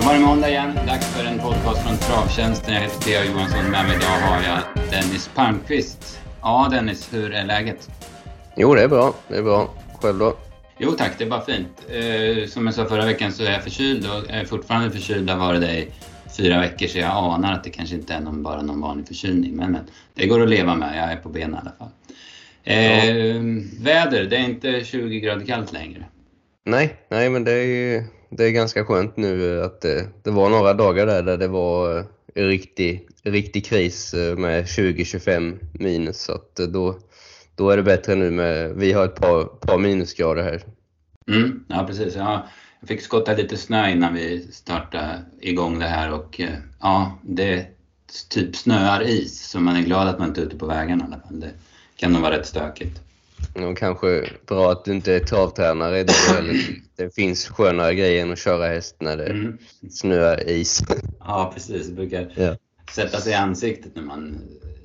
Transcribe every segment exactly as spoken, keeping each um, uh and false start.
Då var det måndag igen, dags för en podcast från Travtjänsten. Jag heter Theo Johansson, med mig idag har jag Dennis Palmqvist. Ja Dennis, hur är läget? Jo, det är bra, det är bra. Själv då? Jo tack, det är bara fint. Eh, som jag sa förra veckan så är jag förkyld och är fortfarande förkyld. Det har varit det i fyra veckor så jag anar att det kanske inte är någon, bara någon vanlig förkylning. Men, men det går att leva med, jag är på benen i alla fall. Eh, ja. Väder, det är inte tjugo grader kallt längre. Nej, nej men det är, det är ganska skönt nu att det, det var några dagar där, där det var en riktig, riktig kris med tjugo till tjugofem minus. Så att då, då är det bättre nu med, vi har ett par, par minusgrader här. Mm, ja precis, ja, jag fick skotta lite snö innan vi startade igång det här och ja, det typ snöar is så man är glad att man inte är ute på vägen i alla fall. Det kan nog vara rätt stökigt. Och kanske bra att du inte är travtränare. Det, det finns skönare grejer än att köra häst när det mm. snöar is. Ja, precis. Det brukar ja. sätta sig i ansiktet när man,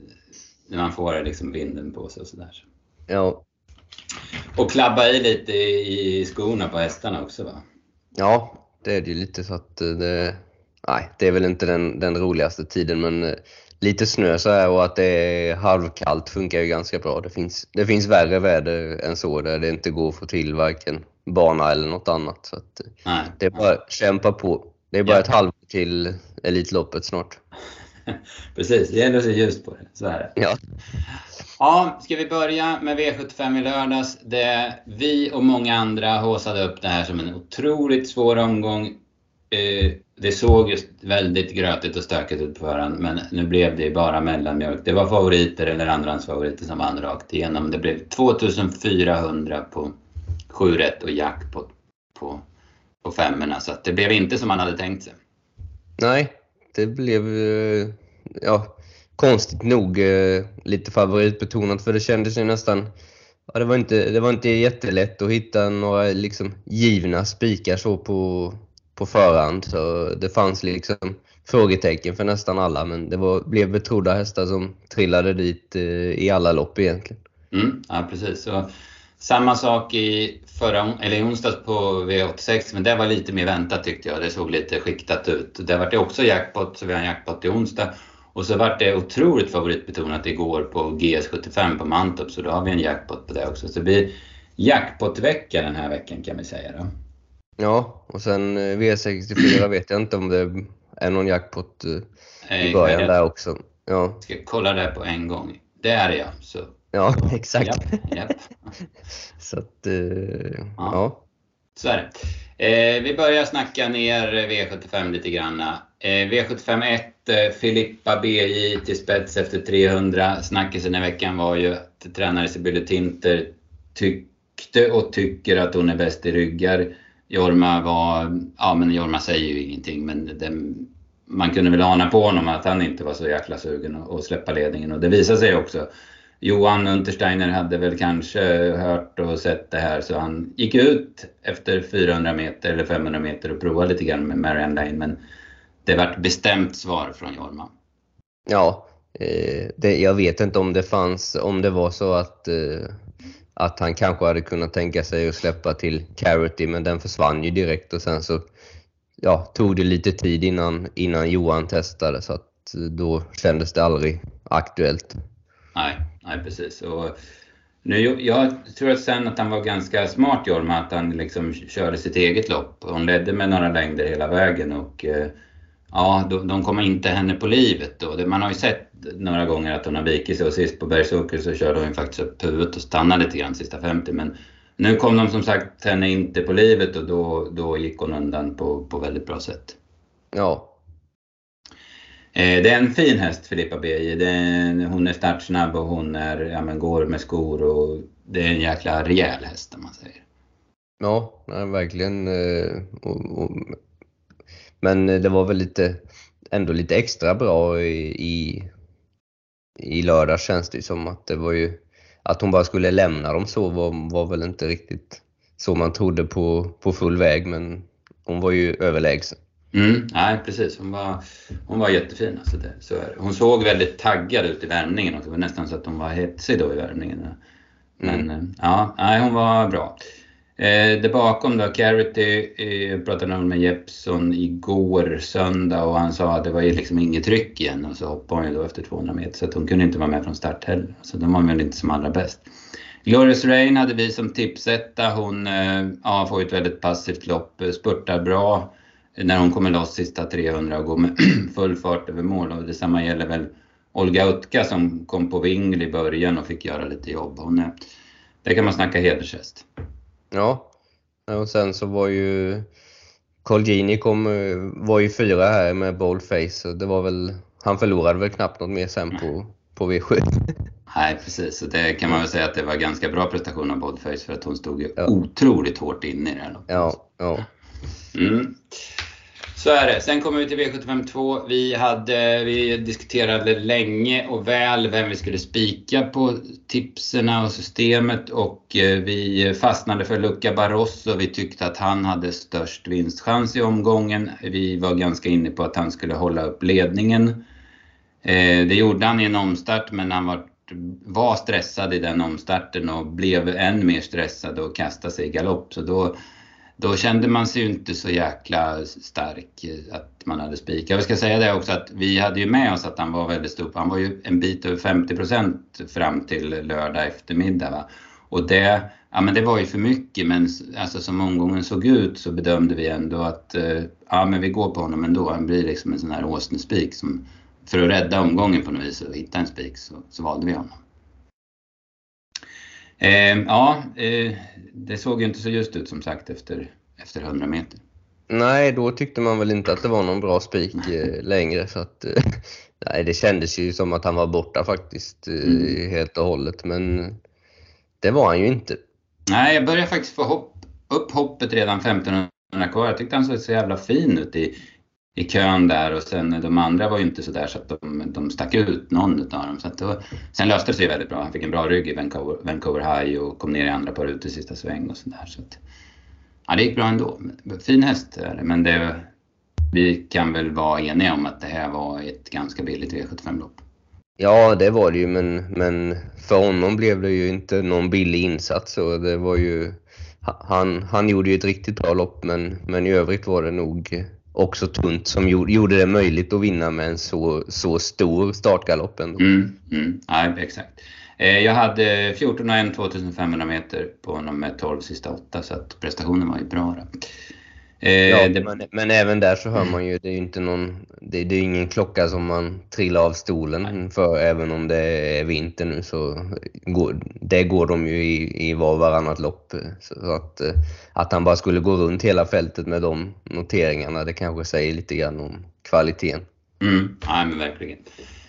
när man får liksom vinden på sig och sådär. Ja. Och klabba i lite i skorna på hästarna också, va? Ja, det är det ju lite så att det... Nej, det är väl inte den, den roligaste tiden, men... Lite snö så här och att det är halvkallt funkar ju ganska bra. Det finns, det finns värre väder än så där det inte går att få till varken bana eller något annat. Så att nej, det är bara att kämpa på. Det är bara ja. ett halvår till Elitloppet snart. Precis, det gäller att se just på det. Så är det. Ja. Ja, ska vi börja med V sjuttiofem i lördags. Det, vi och många andra håsade upp det här som en otroligt svår omgång. Eh, det såg just väldigt grötigt och stökigt ut på förhand, men nu blev det bara mellanmjölk. Det var favoriter eller andrans favoriter som vann rakt igenom. Det blev tvåtusenfyrahundra på sju rätt och jackpot på, på femmorna, så att det blev inte som man hade tänkt sig. Nej, det blev ja, konstigt nog lite favoritbetonat, för det kändes ju nästan ja, det var inte det var inte jättelätt att hitta några liksom givna spikar så på på förhand, så det fanns liksom frågetecken för nästan alla, men det var, blev betrodda hästar som trillade dit eh, i alla lopp egentligen. Mm, ja, precis. Så, samma sak i förra, eller i onsdags på V åttiosex, men det var lite mer väntat tyckte jag. Det såg lite skiktat ut. Det var det också jackpot, så vi har en jackpot i onsdag. Och så var det otroligt favoritbetonat igår på G S sjuttiofem på Mantorp, så då har vi en jackpot på det också. Så det blir jackpotvecka den här veckan kan vi säga då. Ja, och sen V sextiofyra vet jag inte om det är någon jackpot i början där också. Ja. Ska kolla det på en gång. Det är det ja. Så. Ja, exakt. Japp, japp. Så att, uh, ja. ja. Så är det. Eh, vi börjar snacka ner V sjuttiofem lite grann. Eh, V sjuttiofem ett, eh, Filippa B J till spets efter trehundra. Snackisen i veckan var ju att tränare Sibylle Tinter tyckte och tycker att hon är bäst i ryggar. Jorma var, ja men Jorma säger ju ingenting, men det, man kunde väl ana på honom att han inte var så jäkla sugen att släppa ledningen, och det visade sig också. Johan Untersteiner hade väl kanske hört och sett det här, så han gick ut efter fyrahundra meter eller femhundra meter och provade lite grann med Marianne Lane, men det var ett bestämt svar från Jorma. Ja, eh, det, jag vet inte om det fanns, om det var så att eh... att han kanske hade kunnat tänka sig att släppa till Carity, men den försvann ju direkt, och sen så ja, tog det lite tid innan, innan Johan testade, så att då kändes det aldrig aktuellt. Nej, nej precis. Och nu, jag tror att sen att han var ganska smart Jorma, att han liksom körde sitt eget lopp. Hon ledde med några längder hela vägen och ja, de, de kommer inte henne på livet då. Man har ju sett några gånger att hon har vikit sig, och sist på Bergsåker så körde hon faktiskt upp huvudet och stannade lite grann sista femtio. Men nu kom de som sagt henne inte på livet, och då, då gick hon undan på, på väldigt bra sätt. Ja. Eh, det är en fin häst, Filippa B J. Det är, hon är startsnabb och hon är, ja, men går med skor, och det är en jäkla rejäl häst om man säger. Ja, verkligen. Och, och, men det var väl lite, ändå lite extra bra i, i, i lördag, känns det som att det var ju, att hon bara skulle lämna dem så var, var väl inte riktigt så man trodde på, på full väg, men hon var ju överlägsen. Mm, nej, precis. Hon var, hon var jättefin. Alltså det, så är det. Hon såg väldigt taggad ut i värmningen också. Det var nästan så att hon var hetsig då i värmningen. Men mm. ja, nej, hon var bra. Eh, det bakom då, Carity, eh, pratade om med Jeppson igår söndag och han sa att det var ju liksom inget tryck igen och så hoppade hon ju då efter tvåhundra meter så att hon kunde inte vara med från start heller. Så de var väl inte som allra bäst. Glorious Rain hade vi som tipsetta. Hon eh, ja, får ett väldigt passivt lopp, spurtar bra när hon kommer loss sista trehundra och går med full fart över mål. Och detsamma gäller väl Olga Utka som kom på vingel i början och fick göra lite jobb. Hon är, det kan man snacka hedershäst. Ja, och sen så var ju Colgjini kom, var ju fyra här med Boldface. Det var väl, han förlorade väl knappt något mer sen på, på V sju. Nej, precis. Så det kan man väl säga att det var ganska bra prestation av Boldface för att hon stod ju Ja. otroligt hårt inne i det här loppet. Ja, ja. Mm. Så är det. Sen kommer vi till V sjuttiofem två. Vi, hade, vi diskuterade länge och väl vem vi skulle spika på tipserna och systemet. Och vi fastnade för Luca Barroso. Vi tyckte att han hade störst vinstchans i omgången. Vi var ganska inne på att han skulle hålla upp ledningen. Det gjorde han i en omstart, men han var, var stressad i den omstarten och blev än mer stressad och kastade sig i galopp. Så då... Då kände man sig ju inte så jäkla stark att man hade spikat. Jag ska säga det också att vi hade ju med oss att han var väldigt stor. Han var ju en bit över femtio procent fram till lördag eftermiddag. Va? Och det, ja, men det var ju för mycket, men alltså, som omgången såg ut så bedömde vi ändå att ja, men vi går på honom ändå. Han blir liksom en sån här åsnespik som för att rädda omgången på något vis och hitta en spik så, så valde vi honom. Eh, ja, eh, det såg ju inte så just ut som sagt efter, efter hundra meter. Nej, då tyckte man väl inte att det var någon bra spik eh, längre. Så att, eh, nej, det kändes ju som att han var borta faktiskt eh, mm. helt och hållet. Men det var han ju inte. Nej, jag började faktiskt få hopp, upp hoppet redan femtonhundra kvar. Jag tyckte han såg så jävla fin ut i, i kön där. Och sen de andra var ju inte så där så att de, de stack ut någon av dem. Så att då, sen löste det sig väldigt bra. Han fick en bra rygg i Vancouver, Vancouver High och kom ner i andra par ut i sista sväng och sådär. Så att, ja, det gick bra ändå. Fin häst är det, men det, vi kan väl vara eniga om att det här var ett ganska billigt V sjuttiofem-lopp. Ja, det var det ju, men, men för honom blev det ju inte någon billig insats. Så det var ju, han, han gjorde ju ett riktigt bra lopp, men, men i övrigt var det nog också tunt som gjorde det möjligt att vinna med en så, så stor startgalopp ändå. Mm, mm, ja, exakt. Jag hade fjorton komma ett tvåtusenfemhundra meter på honom med tolv sista åtta, så att prestationen var ju bra då. Ja, det, men, men även där så hör man ju, det är ju inte någon, det, det är ingen klocka som man trillar av stolen för, även om det är vinter nu så går, det går de ju i, i var och varannat lopp. Så att, att han bara skulle gå runt hela fältet med de noteringarna, det kanske säger lite grann om kvaliteten. Mm, ja men verkligen.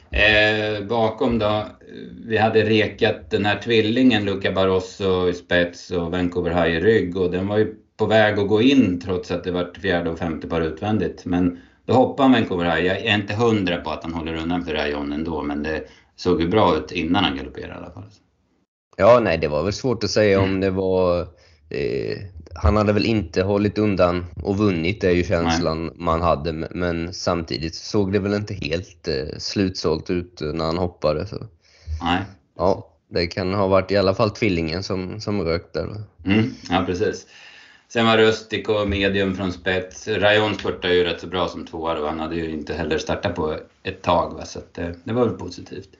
Eh, bakom då, vi hade rekat den här tvillingen Luca Barroso i spets och Vancouver High i rygg, och den var ju på väg att gå in trots att det var fjärde och femte par utvändigt. Men då hoppade Vancouver High. Jag är inte hundra på att han håller undan för Rayon ändå, men det såg ju bra ut innan han galopperade i alla fall. Ja, nej, det var väl svårt att säga om det var... Eh, han hade väl inte hållit undan och vunnit, det är ju känslan nej. Man hade. Men samtidigt såg det väl inte helt eh, slutsålt ut när han hoppade. Så. Nej. Ja, det kan ha varit i alla fall tvillingen som, som rök där. Mm, ja, precis. Sen var Rustic och medium från spets. Rayon spurtade ju rätt så bra som tvåa och han hade ju inte heller startat på ett tag. Va? Så att det, det var väl positivt.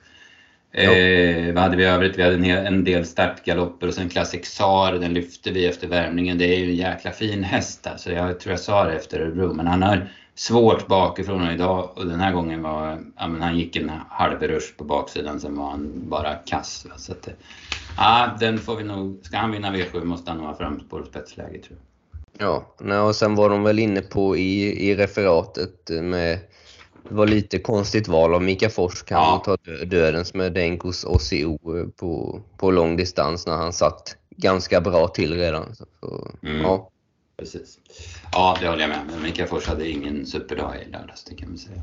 Eh, vad hade vi övrigt? Vi hade en, hel, en del startgalopper och sen Classic Sar, den lyfte vi efter värmningen. Det är ju en jäkla fin häst. Så jag tror jag sa det efter Örebro. Men han har svårt bakifrån idag och den här gången var ja, men han gick en halv rush på baksidan, sen var han bara kass. Va? Så att, ja, den får vi nog, ska han vinna V sju måste han nog ha fram på spetsläge tror jag. Ja, nej, och sen var de väl inne på i, i referatet med, det var lite konstigt val av Mika Fors, kan ja. ta dödens med Denkos O C O på, på lång distans när han satt ganska bra till redan. Så, mm. ja. Precis. Ja, det håller jag med. Men Mika Fors hade ingen superdag i lördags, det kan man säga.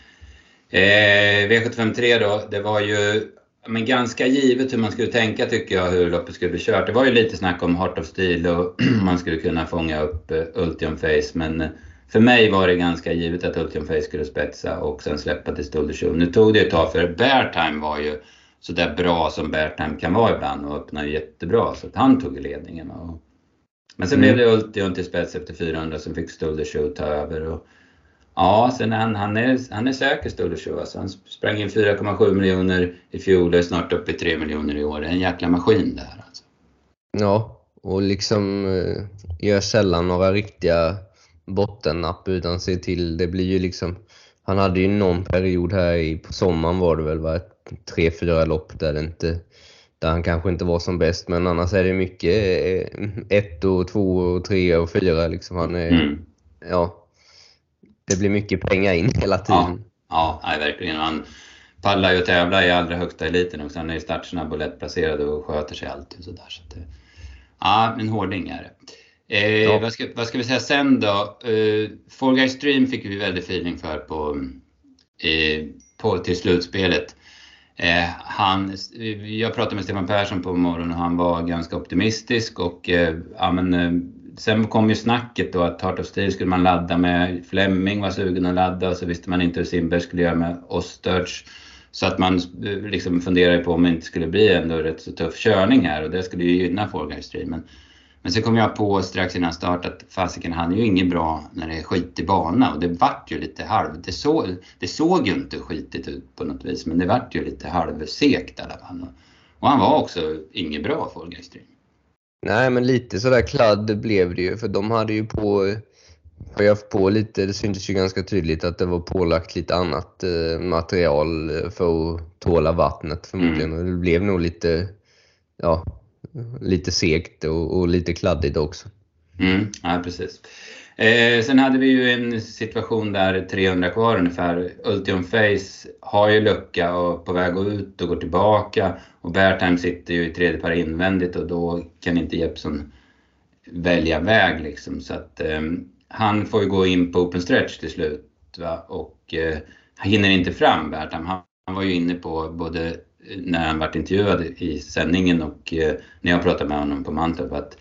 Eh, V sjuttiofem tre då, det var ju men ganska givet hur man skulle tänka tycker jag, hur loppet skulle bli kört. Det var ju lite snack om Heart of Steel och man skulle kunna fånga upp uh, Ultium Face. Men uh, för mig var det ganska givet att Ultium Face skulle spetsa och sen släppa till Stoldershow. Nu tog det ett tag, för Bear Time var ju så där bra som Bear Time kan vara ibland och öppnade jättebra. Så att han tog ledningen och Men sen Mm. blev det Ultion till spets efter fyrahundra som fick Stolder Show ta över. Och, ja, sen han, han, är, han är säker Stolder Show. Alltså, han sprang in fyra komma sju miljoner i fjol och är snart uppe i tre miljoner i år. Det är en jäkla maskin där alltså. Ja, och liksom eh, gör sällan några riktiga bottennapp utan ser till, det blir ju liksom, han hade ju någon period här i, på sommaren var det väl, var ett tre, fyra lopp där det inte, där han kanske inte var som bäst, men annars är det mycket eh, ett och två och tre och fyra liksom, han är, Mm. ja, det blir mycket pengar in hela tiden. Ja, ja nej, verkligen. Han pallar ju att tävla i allra högsta eliten också. Han är ju startsnabb och lättplacerad och sköter sig alltid och sådär. Så att, ja, en hårding är det. Eh, Ja. vad, ska, vad ska vi säga sen då? Eh, Fall Guys Stream fick vi väldigt feeling för på, eh, på till slutspelet. Eh, han, jag pratade med Stefan Persson på morgonen och han var ganska optimistisk. Och eh, ja, men, eh, sen kom ju snacket då att Heart of Steel skulle man ladda med. Fleming var sugen att ladda och så visste man inte hur Simberg skulle göra med Ostörts. Så att man eh, liksom funderade på om det inte skulle bli ändå rätt så tuff körning här. Och det skulle ju gynna Fall Guys Stream. Men, men sen kom jag på strax innan start att fasiken, han är ju inget bra när det är skit i bana. Och det vart ju lite halv. Det, så, det såg ju inte skitigt ut på något vis. Men det vart ju lite halvsekt i alla fall. Och han var också inget bra Fall Guys Stream. Nej, men lite sådär kladd blev det ju, för de hade ju på, har jag haft på lite, det syntes ju ganska tydligt att det var pålagt lite annat eh, material för att tåla vattnet förmodligen. Mm. Och det blev nog lite, ja, lite segt och, och lite kladdigt också. Mm, ja, precis. Eh, sen hade vi ju en situation där trehundra kvar ungefär. Ultion Face har ju lucka och på väg att gå ut och gå tillbaka. Och Beartime sitter ju i tredje par invändigt och då kan inte Jeppson välja väg liksom. Så att eh, han får ju gå in på open stretch till slut, va? Och eh, han hinner inte fram Beartime. Han, han var ju inne på både när han varit intervjuad i sändningen och eh, när jag pratade med honom på Mantorp att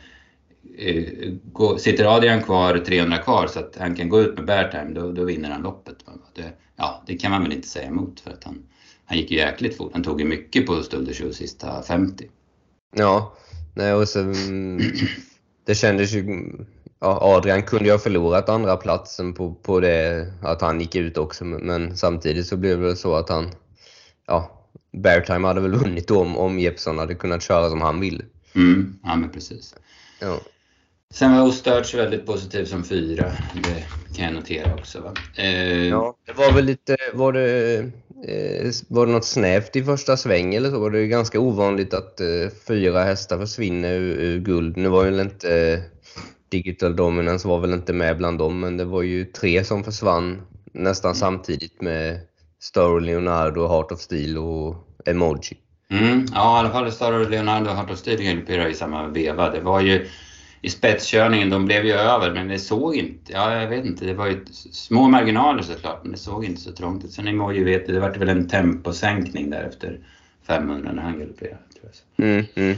Gå, sitter Adrian kvar trehundra kvar så att han kan gå ut med Beartime, då, då vinner han loppet. Det, ja, det kan man väl inte säga emot för att han, han gick ju jäkligt fort. Han tog ju mycket på Stolder Show sista femtio. Ja, nej, och så, det kändes ju, ja, Adrian kunde ju ha förlorat andra platsen på, på det att han gick ut också, men samtidigt så blev det så att han, ja, Beartime hade väl vunnit om, om Jeppson hade kunnat köra som han ville. Mm, ja men precis. Ja. Sen var Ostörts väldigt positiv som fyra. Det kan jag notera också, va? Eh, Ja, det var väl lite, var det, eh, var det något snävt i första sväng eller så? Var det ganska ovanligt att eh, fyra hästar försvinner ur, ur guld. Nu var ju inte eh, Digital Dominance var väl inte med bland dem, men det var ju tre som försvann nästan mm. samtidigt med Star Leonardo, Heart of Steel och Emoji. Mm, ja, i alla fall Star Leonardo och Heart of Steel galopperade i samma veva. Det var ju i spetskörningen, de blev ju över, men det såg inte, ja jag vet inte, det var ju små marginaler såklart, men det såg inte så trångt ut. Sen Emoji vet, det var väl en temposänkning där efter femhundra när han galopperade, tror jag. Mm, mm.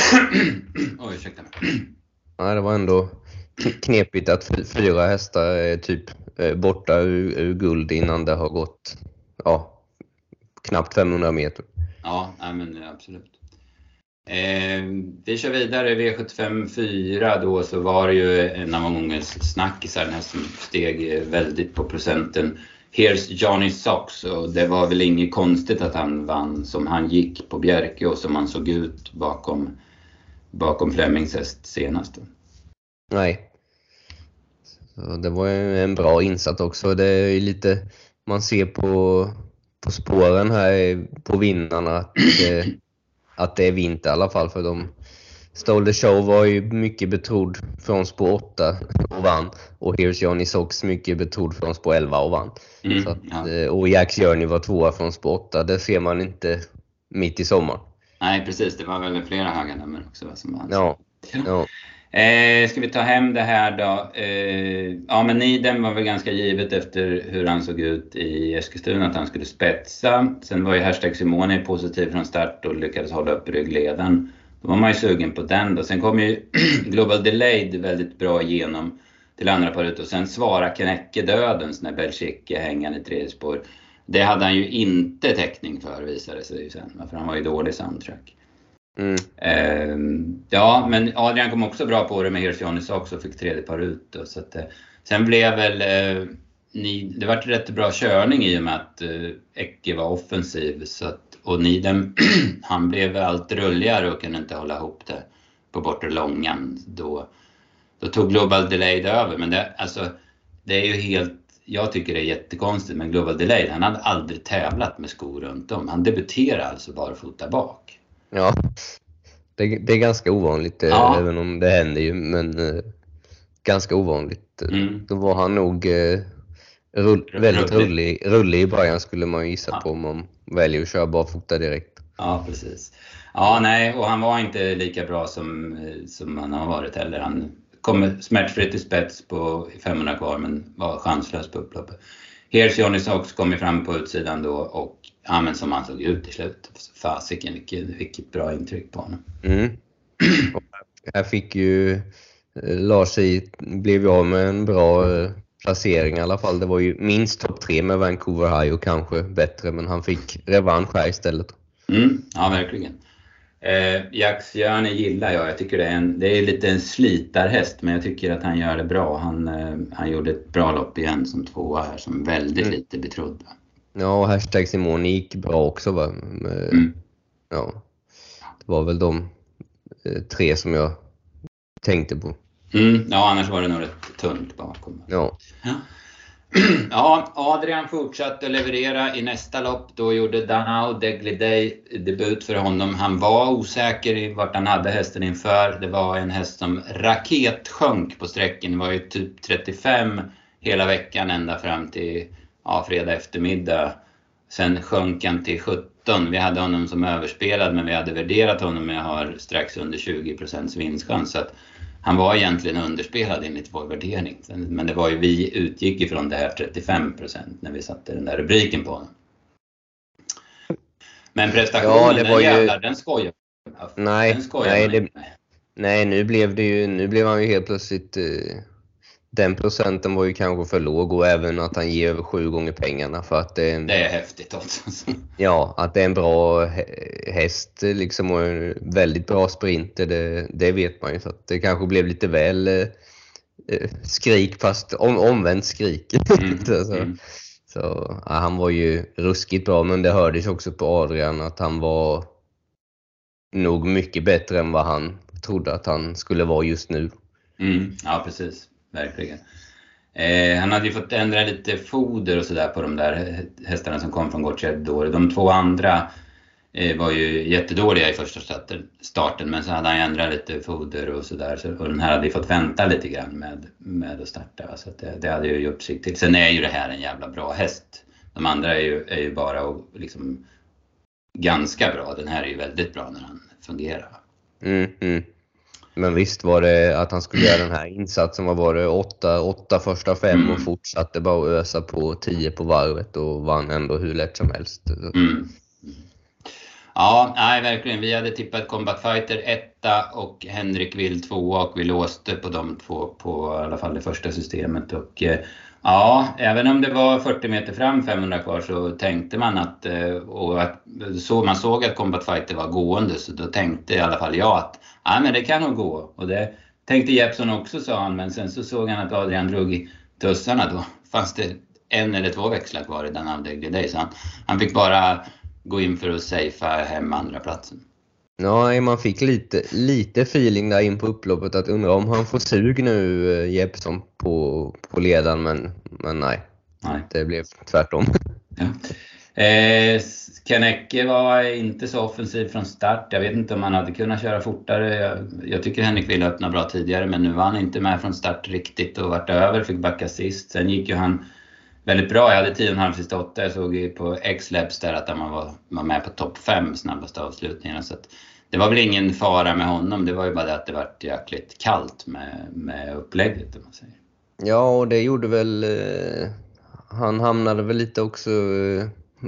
Oj, ursäkta mig. Ja, det var ändå knepigt att fyra hästar är typ borta ur, ur guld innan det har gått, ja, knappt femhundra meter. Ja, nej, men absolut. Eh, vi kör vidare, V sjuttiofem fyra då, så var det ju en av mångas snackisar, den här som steg väldigt på procenten. Here's Johnny Sox, och det var väl inget konstigt att han vann som han gick på Bjerke och som han såg ut bakom, bakom Flemings häst senast. Nej. Så det var en bra insats också. Det är lite, man ser på, på spåren här på vinnarna att det, att det är vinter i alla fall för dem. Stolder Show var ju mycket betrodd från spår åtta och vann. Och Here's Johnny Sox mycket betrodd från spår elva och vann. Mm, så att, ja. Och Jack's Journey var tvåa från spår åtta. Det ser man inte mitt i sommar. Nej, precis. Det var väl flera höga nummer också som vann. Ja, ja. Eh, ska vi ta hem det här då? Eh, ja, men Niden var väl ganska givet efter hur han såg ut i Eskilstuna att han skulle spetsa. Sen var ju Hashtag Simone positiv från start och lyckades hålla upp ryggleden. Då var man ju sugen på den då. Sen kom ju Global Delayed väldigt bra igenom till andra paret. Och sen svarade Knäcke dödens när Belchicke hängande i tredje spår. Det hade han ju inte täckning för, visade sig ju sen. För han var ju dålig soundtrack. Mm. Eh, ja, men Adrian kom också bra på det med Here's Johnny också och fick tredje par ut. Då, så att, eh, sen blev väl... Eh, ni, det var rätt bra körning i och med att eh, Ecke var offensiv. Så att, och Nidem, han blev allt rulligare och kunde inte hålla ihop det på bortre långan. Då, då tog Global Delay över. Men det, alltså, det är ju helt... Jag tycker det är jättekonstigt, men Global Delay, han hade aldrig tävlat med skor runt om. Han debuterade alltså bara fota bak. Ja, det, det är ganska ovanligt, Ja. även om det händer ju, men eh, ganska ovanligt. Mm. Då var han nog eh, rull, väldigt rullig, rullig i början, skulle man ju gissa Ja. på, om man väljer att köra barfota direkt. Ja, precis. Ja, nej, och han var inte lika bra som, som han har varit heller. Han kom smärtfritt i spets på femhundra kvar, men var chanslös på upploppet. Here's Johnny också kom fram på utsidan då, och ja, men som han såg ut i slutet. Fasiken, vilket, vilket bra intryck på honom. Mm. Och här fick ju eh, Lars i, blev jag med en bra eh, placering i alla fall. Det var ju minst topp tre med Vancouver High och kanske bättre, men han fick revansch här istället. Mm, ja, verkligen. Eh, Jax Jörne gillar jag. Jag tycker det är, en, det är lite en slitarhäst, men jag tycker att han gör det bra. Han, eh, han gjorde ett bra lopp igen som tvåa här, som väldigt mm. lite betrodd. Ja, och hashtag Simone gick bra också, va? Med, mm. Ja, det var väl de eh, tre som jag tänkte på. Mm, ja, annars var det nog rätt tunt bakom. Ja. Ja. Ja, Adrian fortsatte leverera i nästa lopp. Då gjorde Danao Degliday debut för honom. Han var osäker i vart han hade hästen inför. Det var en häst som raket sjönk på sträcken. Det var ju typ trettiofem hela veckan ända fram till ja, fredag eftermiddag. Sen sjönk han till sjutton. Vi hade honom som överspelad, men vi hade värderat honom med att ha strax under tjugo procent vinstchans. Så att han var egentligen underspelad enligt vår värdering. Men det var ju, vi utgick ifrån det här trettiofem procent när vi satte den där rubriken på honom. Men prestationen, ja, det var den jävlar, ju... den skojar. Nej, den skojar nej, det... nej, nu blev det ju, nu blev han ju helt plötsligt, eh... den procenten var ju kanske för låg, och även att han ger över sju gånger pengarna, för att det är en... Det är häftigt också. Ja, att det är en bra häst liksom, och en väldigt bra sprinter, det, det vet man ju. Så att det kanske blev lite väl eh, skrik, fast om, omvänt skrik. Mm. så mm. så ja, han var ju ruskigt bra, men det hördes också på Adrian att han var nog mycket bättre än vad han trodde att han skulle vara just nu. Mm. Ja, precis. Verkligen. Eh, han hade ju fått ändra lite foder och sådär på de där hästarna som kom från Gocciador. De två andra eh, var ju jättedåliga i första starten, men så hade han ändrat lite foder och sådär. Så, och den här hade ju fått vänta lite grann med, med att starta. Så att det, det hade ju gjort sig till. Sen är ju det här en jävla bra häst. De andra är ju, är ju bara och, liksom, ganska bra. Den här är ju väldigt bra när han fungerar. Mm, mm. Men visst var det att han skulle göra den här insatsen, vad var det, åtta, åtta första fem mm. och fortsatte bara att ösa på tio på varvet och vann ändå hur lätt som helst. Mm. Ja, nej, verkligen. Vi hade tippat Combat Fighter etta och Henrik Will tvåa, och vi låste på de två på i alla fall det första systemet. Och ja, även om det var fyrtio meter fram, femhundra kvar, så tänkte man att, och att så man såg att Combat Fighter var gående, så då tänkte i alla fall jag att ja, men det kan nog gå. Och det tänkte Jeppson också, sa han, men sen så såg han att Adrian drog i tussarna. Då fanns det en eller två växlar kvar i den avdelningen, så han, han fick bara gå in för att safea hem andra platsen. Ja, man fick lite, lite feeling där in på upploppet att undra om han får sug nu, Jeppson, på, på ledaren, men, men nej. nej, det blev tvärtom. Ja. Eh, Kanecke var inte så offensiv från start. Jag vet inte om han hade kunnat köra fortare. Jag, jag tycker Henrik ville öppna bra tidigare, men nu var han inte med från start riktigt och vart över, fick backa sist. Sen gick ju han väldigt bra. Jag hade tio komma fem sista åtta. Jag såg ju på X-Labs där att han var, var med på topp fem snabbaste avslutningarna. Så att det var väl ingen fara med honom. Det var ju bara det att det var jäkligt kallt med, med upplägget, om man säger. Ja, och det gjorde väl... Eh, han hamnade väl lite också eh,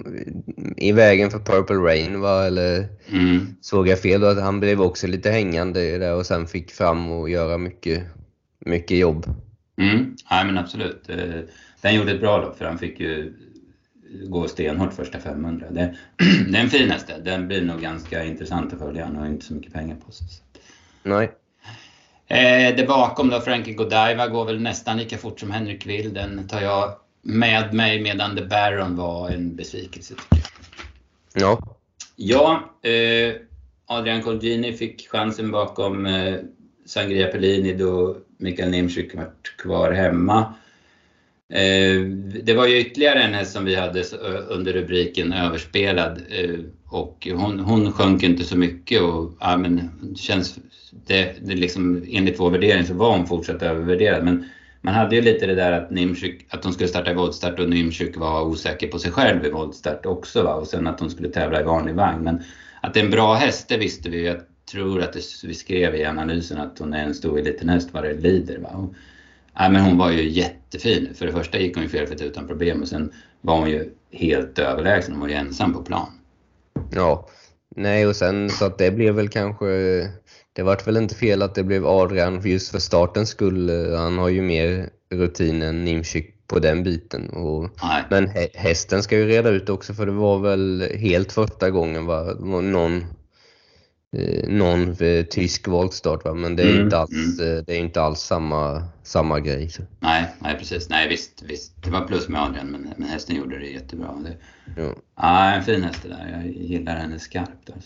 i vägen för Purple Rain, va? Eller mm. såg jag fel då? Att han blev också lite hängande där och sen fick fram och göra mycket, mycket jobb. Mm. Ja, men absolut. Den gjorde ett bra lopp, för han fick ju gå stenhårt första femhundra. Det, det är en fin häst. Den blir nog ganska intressant att följa. Han har inte så mycket pengar på sig. Nej. Eh, det bakom då, Frankie Godiva går väl nästan lika fort som Henrik Will. Den tar jag med mig, medan The Baron var en besvikelse, tycker jag. Ja. Ja, eh, Adrian Colgjini fick chansen bakom eh, Sangria Pellini då Mikael Nimczyk var kvar hemma. Eh, det var ju ytterligare en häst som vi hade under rubriken överspelad, eh, och hon, hon sjönk inte så mycket, och ja, men känns det, det liksom, enligt vår värdering så var hon fortsatt övervärderad, men man hade ju lite det där att Nimczyk, att de skulle starta i voltstart och Nimczyk var osäker på sig själv i voltstart också, va? Och sen att de skulle tävla i vanlig vagn. Men att det är en bra häst, det visste vi. Jag tror att det, vi skrev i analysen att hon är en stor liten häst vad det lider, va? Och, ja, men hon var ju jättefin. För det första gick hon ju felfritt utan problem, och sen var hon ju helt överlägsen. Hon var ju ensam på plan. Ja, nej, och sen så att det blev väl kanske, det var väl inte fel att det blev Adrian just för startens skull. Han har ju mer rutin än Nimczyk på den biten. Och, men hästen ska ju reda ut också, för det var väl helt första gången va, någon eh, någon eh, tysk voltstart, va? Men det är mm, inte alls mm. eh, det är inte alls samma samma grej. Så. Nej, nej precis. Nej visst, visst. Det var plus med Adrian, men, men hästen gjorde det jättebra. Det, ja. Ja, en fin häst det där. Jag gillar henne skarpt alltså.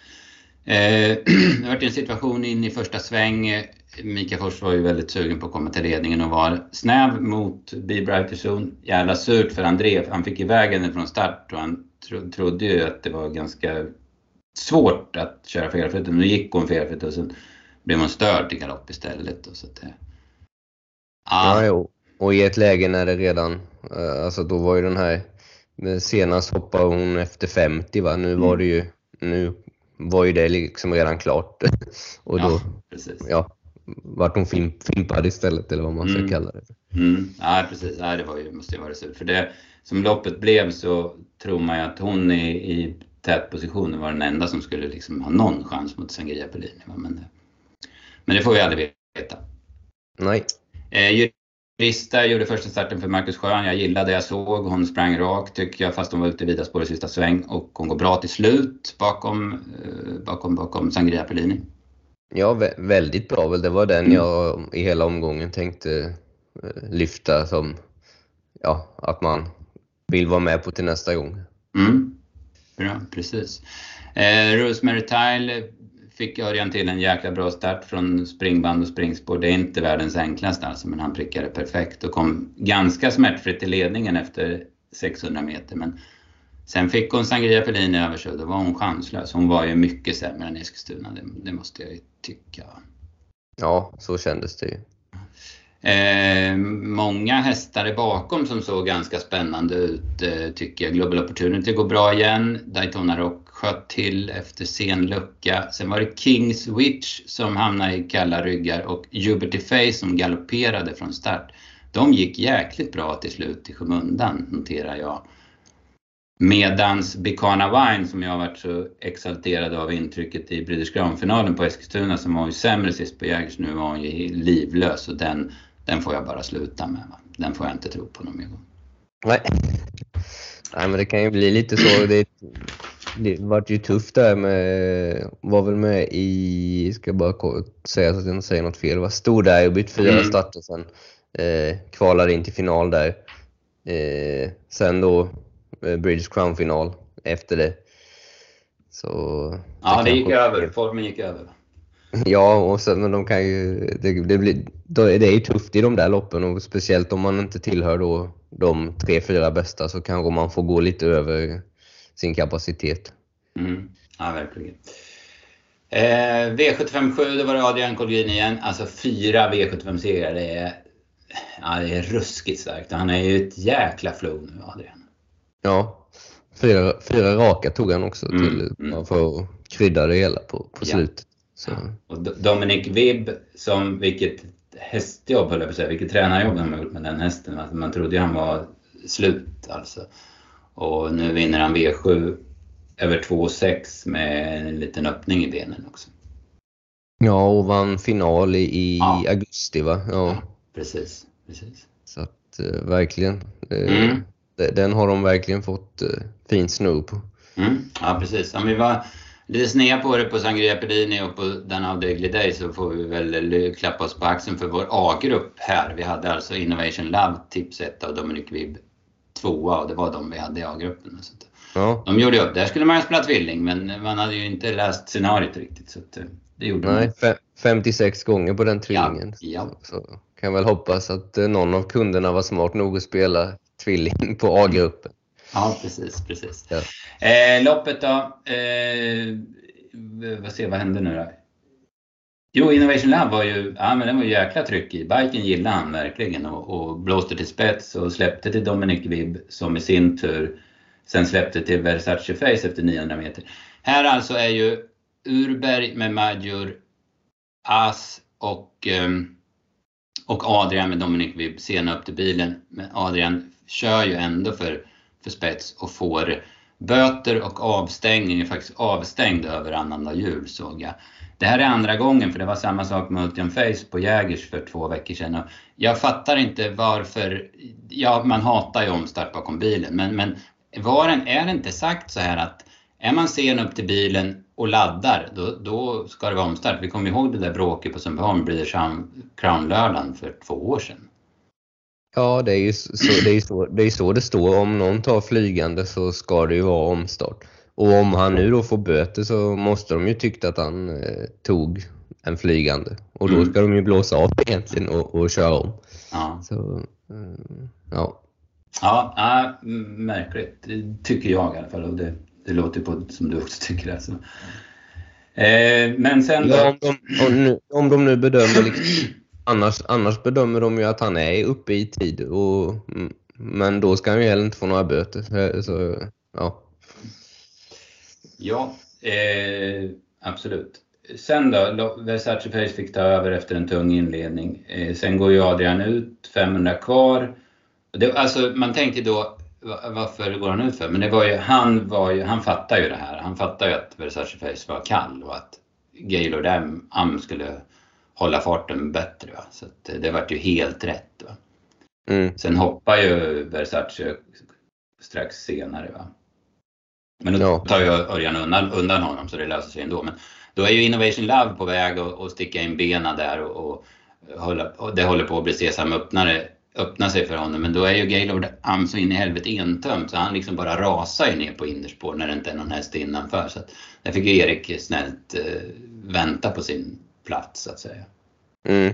Eh, det har varit en situation in i första sväng. Mika Fors var ju väldigt sugen på att komma till ledningen och var snäv mot Be Brighter Zone. Jävla surt för André. Han fick iväg henne från start och han tro, trodde ju att det var ganska svårt att köra felfritt. Nu gick hon felfritt och sen blev man störd i galopp istället. Och så att det... ah. Ja, jo. Och i ett läge när det redan, alltså då var ju den här, senast hoppade hon efter femtio, va? Nu var det ju, nu var ju det liksom redan klart. Och då, ja, precis. Ja, vart hon fimp, fimpad istället, eller vad man ska mm. kalla det. Mm. Ja, precis. Ja, det var ju, måste ju vara surt. För det, som loppet blev så tror man ju att hon i, i tät position var den enda som skulle liksom ha någon chans mot Sangria Pellini. Men, men det får vi aldrig veta. Nej. Eh, Rista gjorde första starten för Marcus Schön. Jag gillade det jag såg. Hon sprang rakt tycker jag, fast hon var ute i vida spår i sista sväng. Och hon går bra till slut bakom, eh, bakom, bakom Sangria Pellini. Ja, vä- väldigt bra väl. Det var den jag i hela omgången tänkte eh, lyfta som, ja, att man vill vara med på till nästa gång. Mm. Bra, precis. Eh, Rosemary Tile fick Örjan till en jäkla bra start från springband och springspår. Det är inte världens enklaste alltså, men han prickade perfekt och kom ganska smärtfritt i ledningen efter sexhundra meter. Men sen fick hon Sangria Pellini över sig och då var hon chanslös. Hon var ju mycket sämre än Eskilstuna, det, det måste jag ju tycka. Ja, så kändes det ju. Eh, många hästar bakom som såg ganska spännande ut eh, tycker jag. Global Opportunity går bra igen. Daytona Rock sköt till efter sen lucka. Sen var det Kings Witch som hamnade i kalla ryggar och Juberty Face som galopperade från start. De gick jäkligt bra till slut i skymundan, noterar jag. Medans Bicana Wine, som jag har varit så exalterad av intrycket i British Crown-finalen på Eskilstuna, som var ju sämre sist på Jägers, nu var hon ju livlös och den, den får jag bara sluta med. Va? Den får jag inte tro på någon mer gång. Nej. Nej, men det kan ju bli lite så. Det, det var ju tufft där med, var väl med i, ska bara säga så att jag inte säger något fel, var stor där och bytt fyra mm. starter sen. Eh, kvalade in till final där. Eh, sen då British Crown-final efter det. Så ja, det, det gick över. Formen gick över. Ja, och sen, men de kan ju det, det, blir, det är ju tufft i de där loppen, och speciellt om man inte tillhör då de tre, fyra bästa, så kanske man får gå lite över sin kapacitet. Mm. Ja, verkligen. Eh, V sjuttiofem sju, det var Adrian Colgjini igen. Alltså fyra V sjuttiofem-segrar, det är, ja, det är ruskigt starkt. Han är ju ett jäkla flow nu, Adrian. Ja, fyra, fyra raka tog han också mm, till, mm. för att krydda det hela på, på ja. slutet. Så. Ja. Och Dominic Vibb, som vilket hästjobb, eller säga, vilket tränarjobb han har gjort med den hästen. Alltså, man trodde ju han var slut alltså. Och nu vinner han V sju över två komma sex med en liten öppning i benen också. Ja, och vann final i, i ja. augusti, va? Ja, ja precis, precis. Så att, uh, verkligen. Uh, mm. Den har de verkligen fått uh, fin snurr på. Mm, ja, precis. Om vi var lite snea på det på Sangria Pellini och på den av Daily Day, så får vi väl klappa oss på axeln för vår A-grupp här. Vi hade alltså Innovation Love, tips ett av Dominic Vibb, tvåa, och det var de vi hade i A-gruppen. Så ja. De gjorde upp. Där skulle man ju spela tvilling, men man hade ju inte läst scenariot riktigt. Så att det gjorde Nej, man. femtiosex gånger på den tvillingen. Ja, ja. Så, så kan väl hoppas att någon av kunderna var smart nog att spela tvilling på A-gruppen. Ja, precis, precis. Ja. Eh, loppet då. Eh, vad ser, vad hände nu då? Jo, Innovation Lab var ju, ja, men den var ju jäkla tryck i. Biken gillade han verkligen och, och blåste till spets och släppte till Dominic Vibb, som i sin tur sen släppte till Versace Face efter niohundra meter. Här alltså är ju Urberg med Major, As och, och Adrian med Dominic Vibb sena upp till bilen. Men Adrian kör ju ändå för, för spets och får böter och avstängning. Är faktiskt avstängd över annandag jul, såg jag. Det här är andra gången, för det var samma sak med Ultium Face på Jägers för två veckor sedan. Och jag fattar inte varför, ja, man hatar ju omstart bakom bilen, men, men var den, är det inte sagt så här att är man sen upp till bilen och laddar, då, då ska det vara omstart. Vi kommer ihåg det där bråket på Sundbyholm, Breeders Crown-lördagen för två år sedan. Ja, det är ju så det, är så, det, är så det står. Om någon tar flygande så ska det ju vara omstart. Och om han nu då får böter så måste de ju tycka att han eh, tog en flygande. Och då ska mm. de ju blåsa av egentligen och, och köra om. Ja. Så, eh, ja. Ja, äh, märkligt. Det tycker jag i alla fall. Och det, det låter på som du också tycker. Alltså. Eh, men sen då... Ja, om, de, om, nu, om de nu bedömer liksom, annars, annars bedömer de ju att han är uppe i tid. Och, men då ska han ju heller inte få några böter. Så, så ja. Ja, eh, absolut. Sen då, Versace Face fick ta över efter en tung inledning. Eh, sen går ju Adrian ut, femhundra kvar. Det, alltså man tänker då, varför går han ut för? Men det var ju, han var ju, han fattar ju det här. Han fattar ju att Versace Face var kall och att Gaylord Am skulle hålla farten bättre. Va? Så att det var ju helt rätt. Va? Mm. Sen hoppar ju Versace strax senare, va? Men då ja. tar ju Örjan undan, undan honom, så det löser sig ändå. Men då är ju Innovation Love på väg att, att sticka in benen där och, och, hålla, och det håller på att bli Sesam öppnare, öppna sig för honom. Men då är ju Gaylord Am så in i helvete entömt, så han liksom bara rasar ju ner på innerspår när det inte är någon häst innanför. Så att där fick ju Erik snällt eh, vänta på sin plats, så att säga. Mm.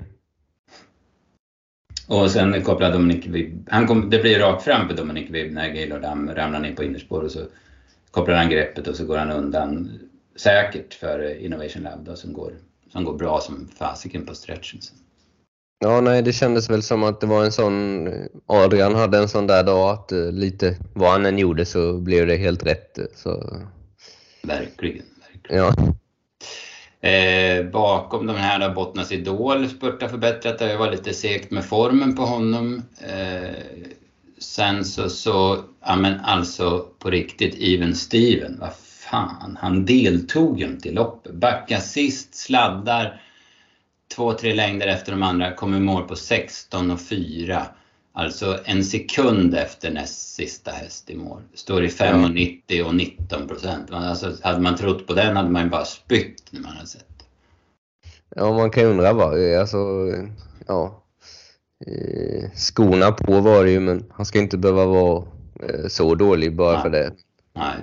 Och sen kopplar Dominic Vibb, han kom, det blir rakt fram för Dominic Vibb när Gaylord Am ramlar ner på innerspår, och så kopplar han greppet och så går han undan säkert för Innovation Lab då, som, går, som går bra som fasiken på stretchen. Ja, nej, det kändes väl som att det var en sån, Adrian hade en sån där dag att uh, lite vad han än gjorde så blev det helt rätt. Så. Verkligen, verkligen. Ja. Eh, bakom de här då, Bottnas Idol spurtar förbättrat. Det var lite segt med formen på honom. Eh, sen så, så ja men alltså på riktigt, Even Steven, vad fan, han deltog ju inte i loppet. Backa sist, sladdar två, tre längder efter de andra, kommer mål på sexton och fyra. Alltså en sekund efter näst sista häst i mål. Står i fem komma nittio och nitton procent. Alltså, hade man trott på den hade man ju bara spytt när man hade sett. Ja, man kan undra vad. Alltså, ja. Skorna på var det ju, men han ska inte behöva vara så dålig bara Nej. för det. Nej.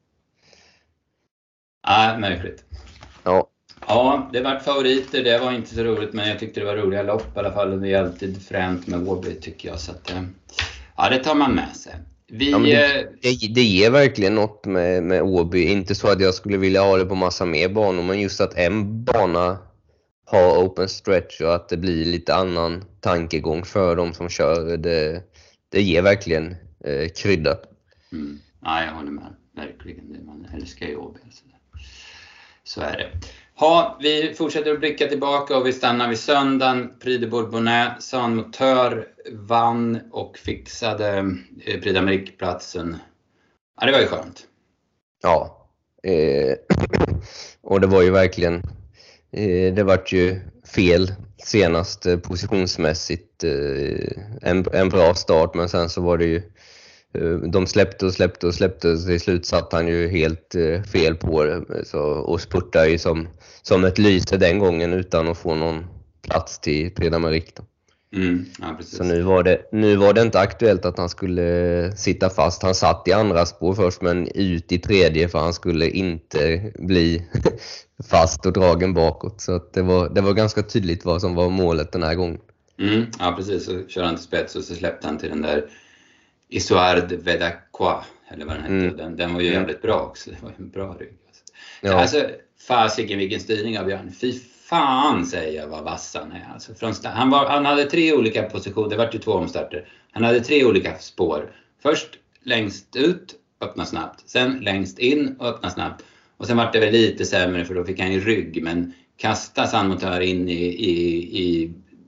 Nej, märkligt. Ja. Ja, det var favoriter. Det var inte så roligt, men jag tyckte det var roliga lopp i alla fall. Det är alltid fränt med Åby, tycker jag. Så att, ja, det tar man med sig. Vi, ja, det, det, det ger verkligen något med, med Åby. Inte så att jag skulle vilja ha det på massa mer banor, men just att en bana har open stretch och att det blir lite annan tankegång för de som kör. Det, det ger verkligen eh, krydda. Mm. Ja, jag håller med. Verkligen. Man älskar ju Åby. Så är det. Ja, vi fortsätter att blicka tillbaka och vi stannar vid söndagen. Prix de Bourbonnais, San Motör vann och fixade eh, Prix d'Amérique-platsen. Ja, det var ju skönt. Ja, eh, och det var ju verkligen, eh, det var ju fel senast eh, positionsmässigt. Eh, en, en bra start, men sen så var det ju de släppte och släppte och släppte. Så i slut satt han ju helt fel på det. Så, och spurtade ju som, som ett lyse den gången utan att få någon plats till Prix d'Amérique. Mm, ja, precis. Så nu var, det, nu var det inte aktuellt att han skulle sitta fast. Han satt i andra spår först men ut i tredje för han skulle inte bli fast och dragen bakåt. Så att det, var, det var ganska tydligt vad som var målet den här gången. Mm, ja, precis. Så körde han till spets och så släppte han till den där Isoard Vedaqua, eller vad den hette. Mm. Den, den var ju jävligt bra också. Det var ju en bra rygg. Alltså, ja. Alltså fasiken vilken styrning av Björn. Fy fan säger jag vad vass han är. Alltså, från start, han, var, han hade tre olika positioner. Det var ju två omstarter. Han hade tre olika spår. Först längst ut, öppna snabbt. Sen längst in och öppna snabbt. Och sen var det väl lite sämre för då fick han ju rygg. Men kasta sandmotör in i, i, i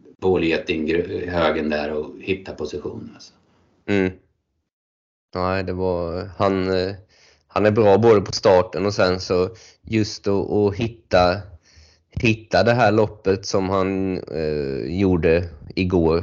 bålgeting-högen där och hitta position. Alltså. Mm. Nej, det var... Han, han är bra både på starten och sen så just att, att hitta... hitta det här loppet som han eh, gjorde igår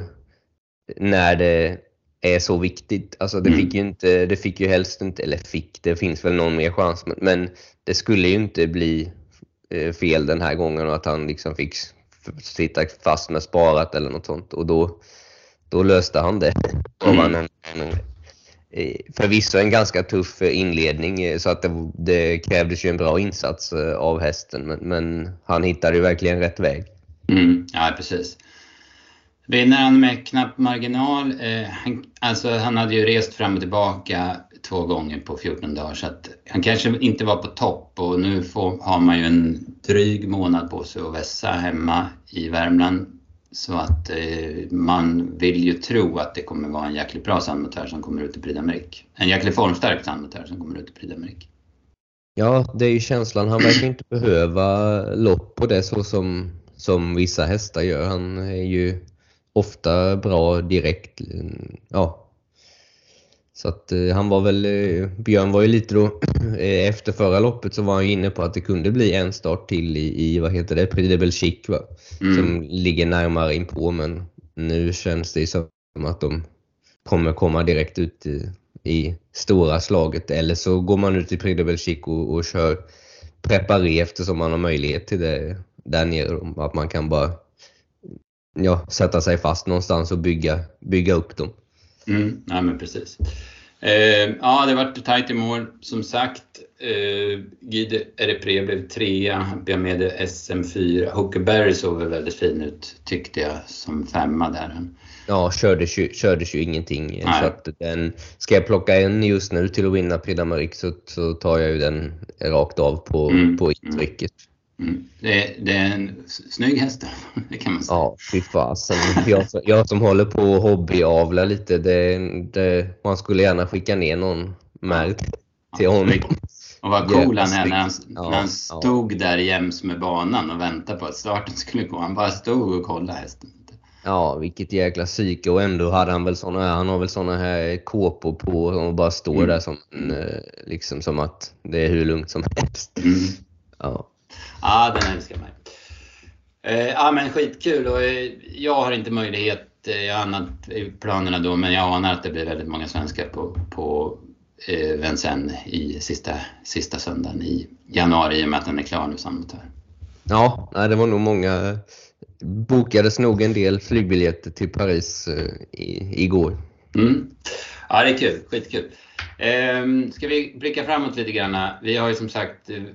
när det är så viktigt. Alltså det fick ju inte, det fick ju helst inte, eller fick, det finns väl någon mer chans, men, men det skulle ju inte bli eh, fel den här gången och att han liksom fick sitta fast med sparat eller något sånt och då, då löste han det. Och han en, en, förvisso en ganska tuff inledning så att det, det krävdes ju en bra insats av hästen men, men han hittade ju verkligen rätt väg. Mm, ja, precis. Vinner han med knapp marginal. Eh, han, alltså han hade ju rest fram och tillbaka två gånger på fjorton dagar så att han kanske inte var på topp och nu får, har man ju en dryg månad på sig att vässa hemma i Värmland. Så att eh, man vill ju tro att det kommer vara en jäkligt bra sandmotör som kommer ut i Prix d'Amérique. En jäkligt formstark sandmotör som kommer ut i Prix d'Amérique. Ja, det är ju känslan. Han verkar inte behöva lopp på det så som, som vissa hästar gör. Han är ju ofta bra direkt. Ja. Så att eh, han var väl, eh, Björn var ju lite då, eh, efter förra loppet så var han ju inne på att det kunde bli en start till i, i vad heter det, Prix de Belgique va? Mm. Som ligger närmare in på men nu känns det som att de kommer komma direkt ut i, i stora slaget eller så går man ut i Prix de Belgique och, och kör preparé eftersom man har möjlighet till det där nere, att man kan bara ja, sätta sig fast någonstans och bygga, bygga upp dem. Mm, ja men precis. Eh, ja det var tajt i mål som sagt. Eh, Guide Erepre blev trea. Jag med S M fyra. Huckleberry såg väldigt fin ut tyckte jag som femma där. Ja, kördes ju, kördes ju ingenting. Nej. Så att den, ska jag plocka en just nu till att vinna Prix d'Amérique så, så tar jag ju den rakt av på, mm. på intrycket. Mm. Det, det är en snygg häst, det kan man säga. Ja, fy fasen. Jag, jag som håller på att hobbyavla lite, det, det, man skulle gärna skicka ner någon märk till honom. Och vad cool han är när han, ja, när han stod ja. där jäms med banan och väntade på att starten skulle gå. Han bara stod och kollade hästen. Ja, vilket jäkla psyke. Och ändå hade han väl såna här, han har väl såna här kåpor på och bara står mm. där som, liksom som att det är hur lugnt som helst. Mm. Ja. Ja, den älskar mig. Eh, ja, men skitkul. Och eh, jag har inte möjlighet, eh, jag har annat i planerna då, men jag anar att det blir väldigt många svenskar på, på eh, Vincennes i sista, sista söndagen i januari i och med att den är klar nu samtidigt. Ja, nej, det var nog många, bokades nog en del flygbiljetter till Paris eh, i, igår. Mm. Ja, det är kul, skitkul. Eh, ska vi blicka framåt lite grann? Vi har ju som sagt eh,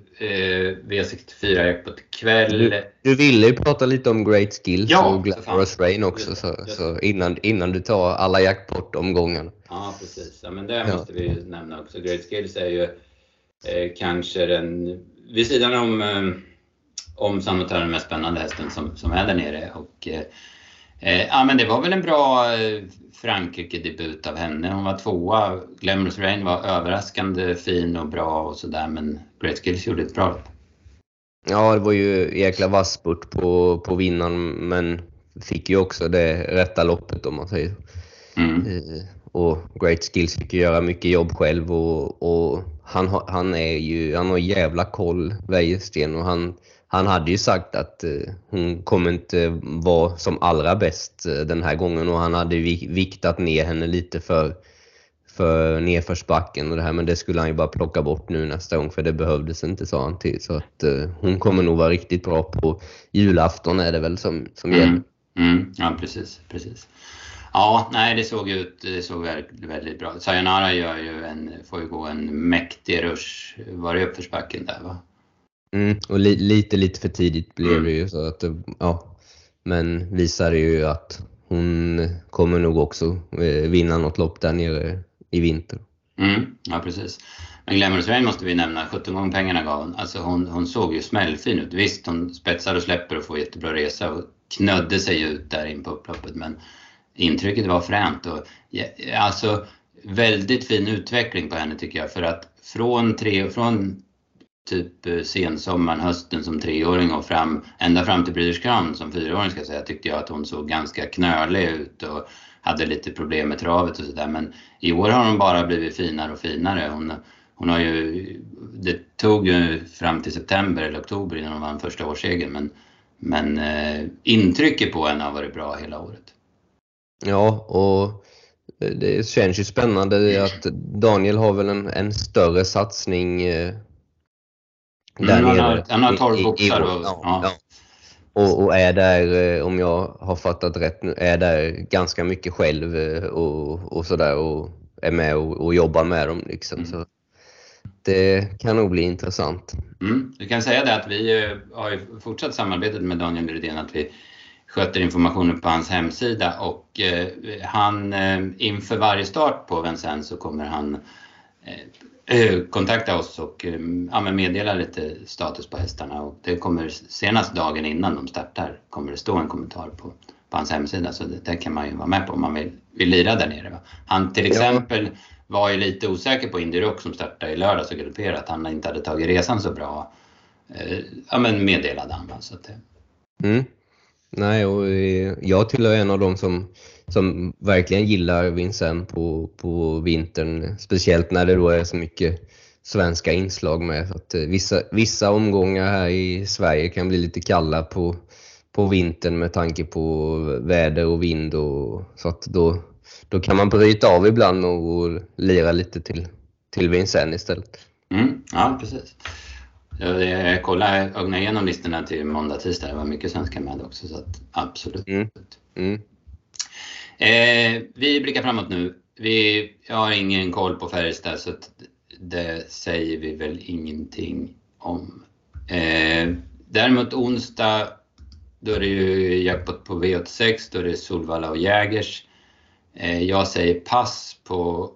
V sextiofyra jackpot kväll. Du, du ville ju prata lite om Great Skills ja, och Glamorous Rain också så, så innan, innan du tar alla jackpot-omgångarna. Ja, precis. Ja, men det ja. måste vi ju nämna också. Great Skills är ju eh, kanske den, vid sidan om, eh, om sammantaget den mest spännande hästen som, som är där nere. Och eh, Eh, ja men det var väl en bra eh, Frankrike-debut av henne. Hon var tvåa. Glamorous Rain var överraskande fin och bra och sådär. Men Great Skills gjorde ett bra lopp. Ja, det var ju jäkla vasspurt på, på vinnaren. Men fick ju också det rätta loppet om man säger. Mm. Eh, och Great Skills fick ju göra mycket jobb själv. Och, och han, han är ju, han har jävla koll, Wäjersten. Och han... Han hade ju sagt att uh, hon kommer inte vara som allra bäst uh, den här gången och han hade viktat ner henne lite för, för nedförsbacken och det här, men det skulle han ju bara plocka bort nu nästa gång, för det behövdes inte, sa han till. Så att uh, hon kommer nog vara riktigt bra på julafton, är det väl som, som mm. gäller. Mm. Ja, precis, precis. Ja, nej, det såg ut, det såg väldigt, väldigt bra. Sayonara gör ju en, får ju gå en mäktig rush. Var det uppförsbacken där, va? Mm, och li, lite, lite för tidigt blev Mm. det ju, så att, ja. Men visar ju att hon kommer nog också eh, vinna något lopp där nere i vinter. Mm, ja, precis. Men Glamorous Rain måste vi nämna, sjutton gånger pengarna gav hon. Alltså hon, hon såg ju smällfin ut. Visst, hon spetsar och släpper och får jättebra resa och knödde sig ut där in på upploppet, men intrycket var fränt och ja, alltså väldigt fin utveckling på henne tycker jag, för att från tre från typ sensommaren, hösten som treåring och fram ända fram till Breeders' Crown som fyraåring ska jag säga, tyckte jag att hon såg ganska knölig ut och hade lite problem med travet och sådär, men i år har hon bara blivit finare och finare. Hon, hon har ju, det tog ju fram till september eller oktober innan hon vann första årssegern, men, men eh, intrycket på henne har varit bra hela året. Ja, och det känns ju spännande att Daniel har väl en, en större satsning eh, där mm, nere. Han har, han har tolv boxar och, ja, ja. Ja. Och, och är där, om jag har fattat rätt nu, är där ganska mycket själv och, och sådär och är med och, och jobbar med dem liksom. Mm. Så det kan nog bli intressant. Mm. Du kan säga det att vi har ju fortsatt samarbetet med Daniel Rydén, att vi sköter informationen på hans hemsida och eh, han eh, inför varje start på Vincennes så kommer han eh, kontakta oss och eh, ja, meddela lite status på hästarna, och det kommer senast dagen innan de startar kommer det stå en kommentar på, på hans hemsida, så det, det kan man ju vara med på om man vill, vill lira där nere. Va? Han till exempel ja. var ju lite osäker på Indy Rock som startade i lördags och galopperade, att han inte hade tagit resan så bra. Eh, ja men meddelade han. Va? Så att det... Mm. Nej, och jag tillhör en av dem som, som verkligen gillar Vincennes på, på vintern. Speciellt när det då är så mycket svenska inslag med. Att vissa, vissa omgångar här i Sverige kan bli lite kalla på, på vintern med tanke på väder och vind. Och, så att då, då kan man bryta av ibland och lira lite till, till Vincennes istället. Mm, ja, precis. Jag kollade ögna igenom listorna till måndag, tisdag. Det var mycket svenska med också, så att absolut. Mm. Mm. Eh, vi blickar framåt nu. Vi jag har ingen koll på Färjestad, så att det säger vi väl ingenting om. Eh, däremot onsdag, då är det ju jackpot på V åttiosex, då är det Solvalla och Jägers. Eh, jag säger pass på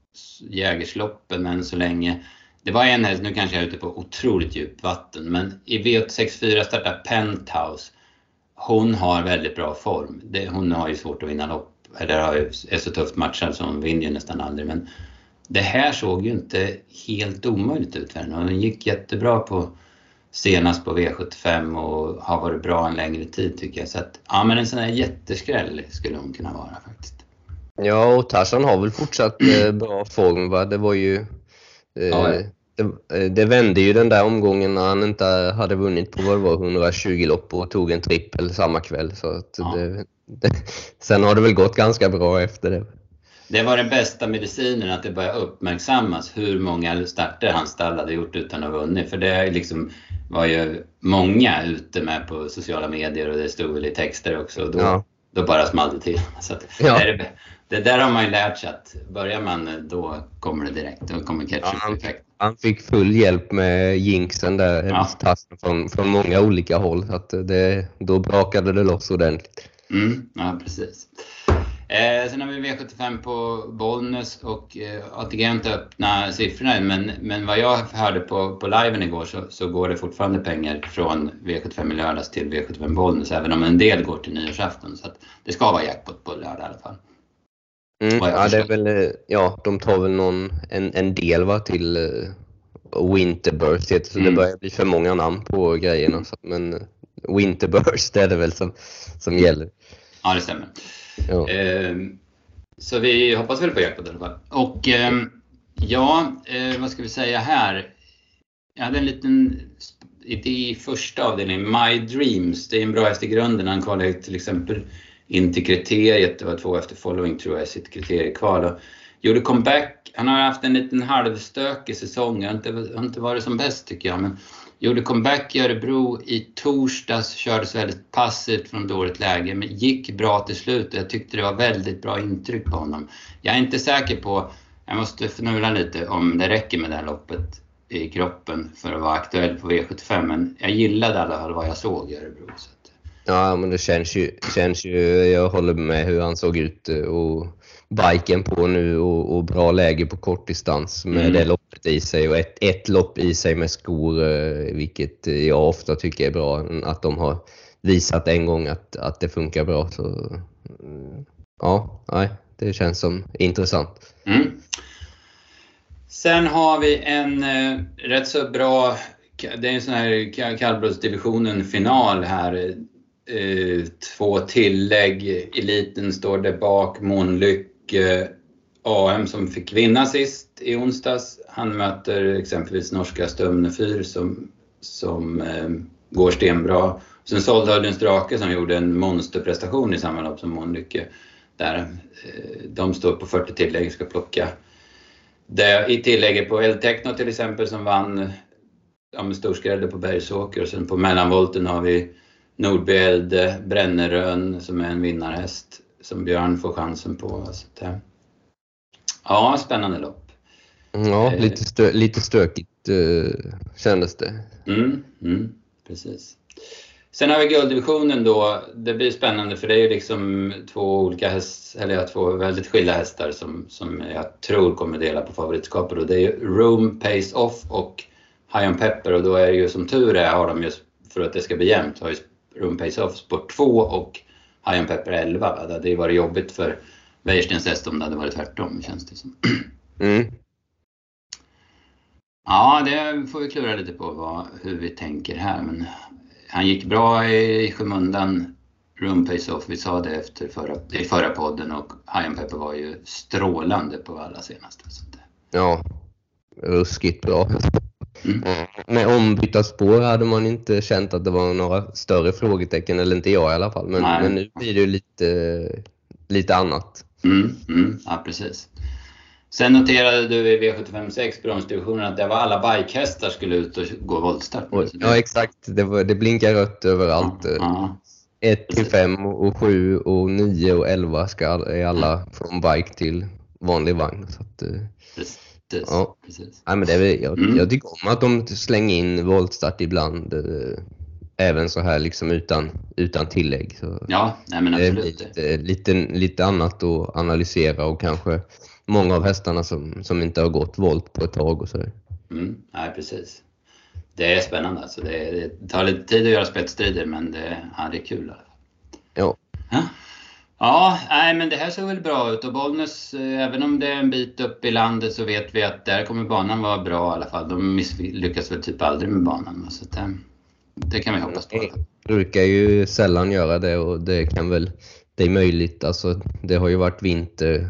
Jägersloppen än så länge. Det var en häst, nu kanske jag är ute på otroligt djupt vatten, men i V åttiosex fyra startar Penthouse. Hon har väldigt bra form. Det, hon har ju svårt att vinna lopp, eller är så tufft matchad så hon vinner ju nästan aldrig. Men det här såg ju inte helt omöjligt ut för henne. Hon gick jättebra på senast på V sjuttiofem och har varit bra en längre tid tycker jag. Så att, ja, men en sån här jätteskräll skulle hon kunna vara faktiskt. Ja, och Tarzan har väl fortsatt eh, bra form, va? Det var ju... Eh, ja, ja. Det, det vände ju den där omgången när han inte hade vunnit på vad det var hundratjugo lopp och tog en trippel samma kväll. Så att ja. det, det, sen har det väl gått ganska bra efter det. Det var den bästa medicinen, att det började uppmärksammas hur många starter hans stall hade gjort utan att ha vunnit. För det liksom var ju många ute med på sociala medier och det stod väl i texter också. Och då, ja. då bara small det till. Så att ja. det, är, det där har man ju lärt sig, att börjar man då kommer det direkt. Då kommer ketchup-effekt. Ja, han fick full hjälp med jinxen där, ja. från, från många olika håll. Så att det, då brakade det loss ordentligt. Mm, ja, precis. Eh, sen har vi V sjuttiofem på Bollnäs och eh, A T G inte öppna siffrorna, men, men vad jag hörde på, på liven igår så, så går det fortfarande pengar från V sjuttiofem i lördags till V sjuttiofem Bollnäs, även om en del går till nyårsafton, så att det ska vara jackpot på lördag i alla fall. Mm, ja, det är väl, ja, de tar väl någon, en, en del va, till uh, Winterburst, så mm. det börjar bli för många namn på grejerna, så, men Winterburst är det väl som, som gäller. Ja, det stämmer. Ja. Eh, så vi hoppas väl på jackpot i alla fall. Och eh, ja, eh, vad ska vi säga här? Jag hade en liten idé i första avdelningen, My Dreams. Det är en bra häst i grunden. Han kvalade till exempel in till kriteriet. Det var två efter following tror jag i sitt kriteriekval. gjorde comeback. Han har haft en liten halvstökig säsong. Han har inte, har inte varit som bäst tycker jag. Men gjorde comeback i Örebro i torsdags. Kördes väldigt passivt från dåligt läge. Men gick bra till slut. Jag tyckte det var väldigt bra intryck på honom. Jag är inte säker på, jag måste förnula lite om det räcker med det här loppet i kroppen för att vara aktuell på V sjuttiofem. Men jag gillade alla vad jag såg i Örebro. Så att... Ja, men det känns ju, känns ju, jag håller med hur han såg ut och biken på nu och, och bra läge på kort distans med mm. det loppet i sig och ett, ett lopp i sig med skor, vilket jag ofta tycker är bra, att de har visat en gång att, att det funkar bra. Så ja, nej, det känns som intressant. Mm. Sen har vi en eh, rätt så bra, det är en sån här kallblodsdivisionen final här. Eh, två tillägg, eliten står där bak, Månlycke A M som fick vinna sist i onsdags. Han möter exempelvis norska Stumnefyr som, som eh, går stenbra. Sen Soldhöjdens Drake som gjorde en monsterprestation i samma lopp som Månlycke. Där eh, de står på fyrtio tillägg, ska plocka. Det, i tillägget på El Techno till exempel som vann ja, med storskrädde på Bergsåker. Och sen på mellanvolten har vi Nordbälde, Brännerön som är en vinnarhäst som Björn får chansen på. Så att, ja, spännande lopp. Ja, eh, lite, stö, lite stökigt eh, kändes det. Mm, mm, precis. Sen har vi gulddivisionen då. Det blir spännande för det är ju liksom två olika hästar, eller ja, två väldigt skilda hästar som, som jag tror kommer dela på favoritskapet. Och det är ju Room Pace Off och High on Pepper. Och då är det ju som tur är har de just för att det ska bli jämnt har ju Room Pace Off sport två och High on Pepper elva. Va? Det hade ju varit jobbigt för Wäjerstens häst om det hade varit tvärtom, känns det som. Mm. Ja, det får vi klura lite på vad, hur vi tänker här. Men han gick bra i skymundan, Room Pace Off. Vi sa det efter förra, i förra podden och High on Pepper var ju strålande på alla senaste. Så det... Ja, ruskigt bra. Mm. Med ombytta spår hade man inte känt att det var några större frågetecken, eller inte jag i alla fall. Men, men nu blir det ju lite, lite annat. Mm, mm, ja, precis. Sen noterade du i V sjuttiofem sex bromsdivisionen att det var alla bikehästar skulle ut och gå voltstart. Ja, exakt. Det, var, det blinkar rött överallt. Ja, ja. ett till fem och sju och nio och elva ska är alla från bike till vanlig vagn. Så att, precis. Ja. Precis. Ja, men det är, jag, mm. jag tycker om att de slänger in voltstart ibland. Eh, även så här liksom utan, utan tillägg. Så ja, nej men absolut. Det är lite, lite, lite annat att analysera och kanske många av hästarna som, som inte har gått volt på ett tag och så. Mm, nej, precis. Det är spännande. Alltså det, det tar lite tid att göra spetsstrider, men det, ja, det är kul i alla fall. Ja. Ja, ja nej, men det här såg väl bra ut. Och Bollnäs, även om det är en bit upp i landet så vet vi att där kommer banan vara bra i alla fall. De misslyckas väl typ aldrig med banan. Så det, det kan vi hoppas på. De brukar ju sällan göra det och det kan väl, det är möjligt. Alltså, det har ju varit vinter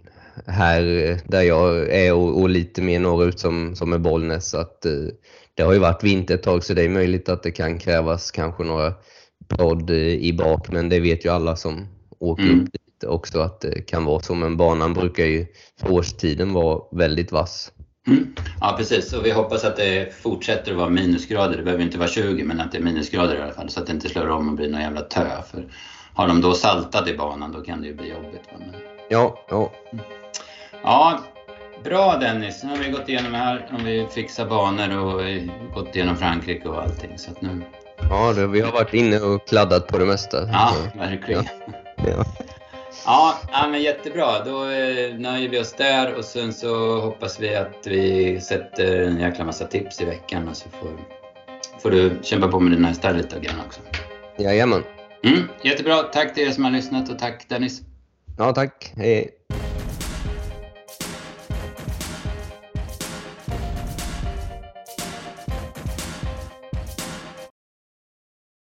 här där jag är och, och lite mer norrut som, som är Bollnäs. Så att, det har ju varit vinter ett tag så det är möjligt att det kan krävas kanske några podd i bak. Men det vet ju alla som åker mm. upp lite också att det kan vara så. Men banan brukar ju för årstiden vara väldigt vass. Mm. Ja, precis. Och vi hoppas att det fortsätter att vara minusgrader. Det behöver inte vara tjugo, men att det är minusgrader i alla fall. Så att det inte slår om och blir någon jävla tö. För har de då saltat i banan, då kan det ju bli jobbigt. Va? Men... Ja, ja. Mm. Ja, bra Dennis. Nu har vi gått igenom här. Om vi fixar banor och gått igenom Frankrike och allting. Så att nu... Ja, det, vi har varit inne och kladdat på det mesta. Ja, verkligen. Ja. Ja. Ja, ja, men jättebra. Då eh, nöjer vi oss där och sen så hoppas vi att vi sätter en jäkla massa tips i veckan och så får, får du kämpa på med dina hästar lite grann också. Jajamän. Mm, jättebra. Tack till er som har lyssnat och tack Dennis. Ja, tack. Hej.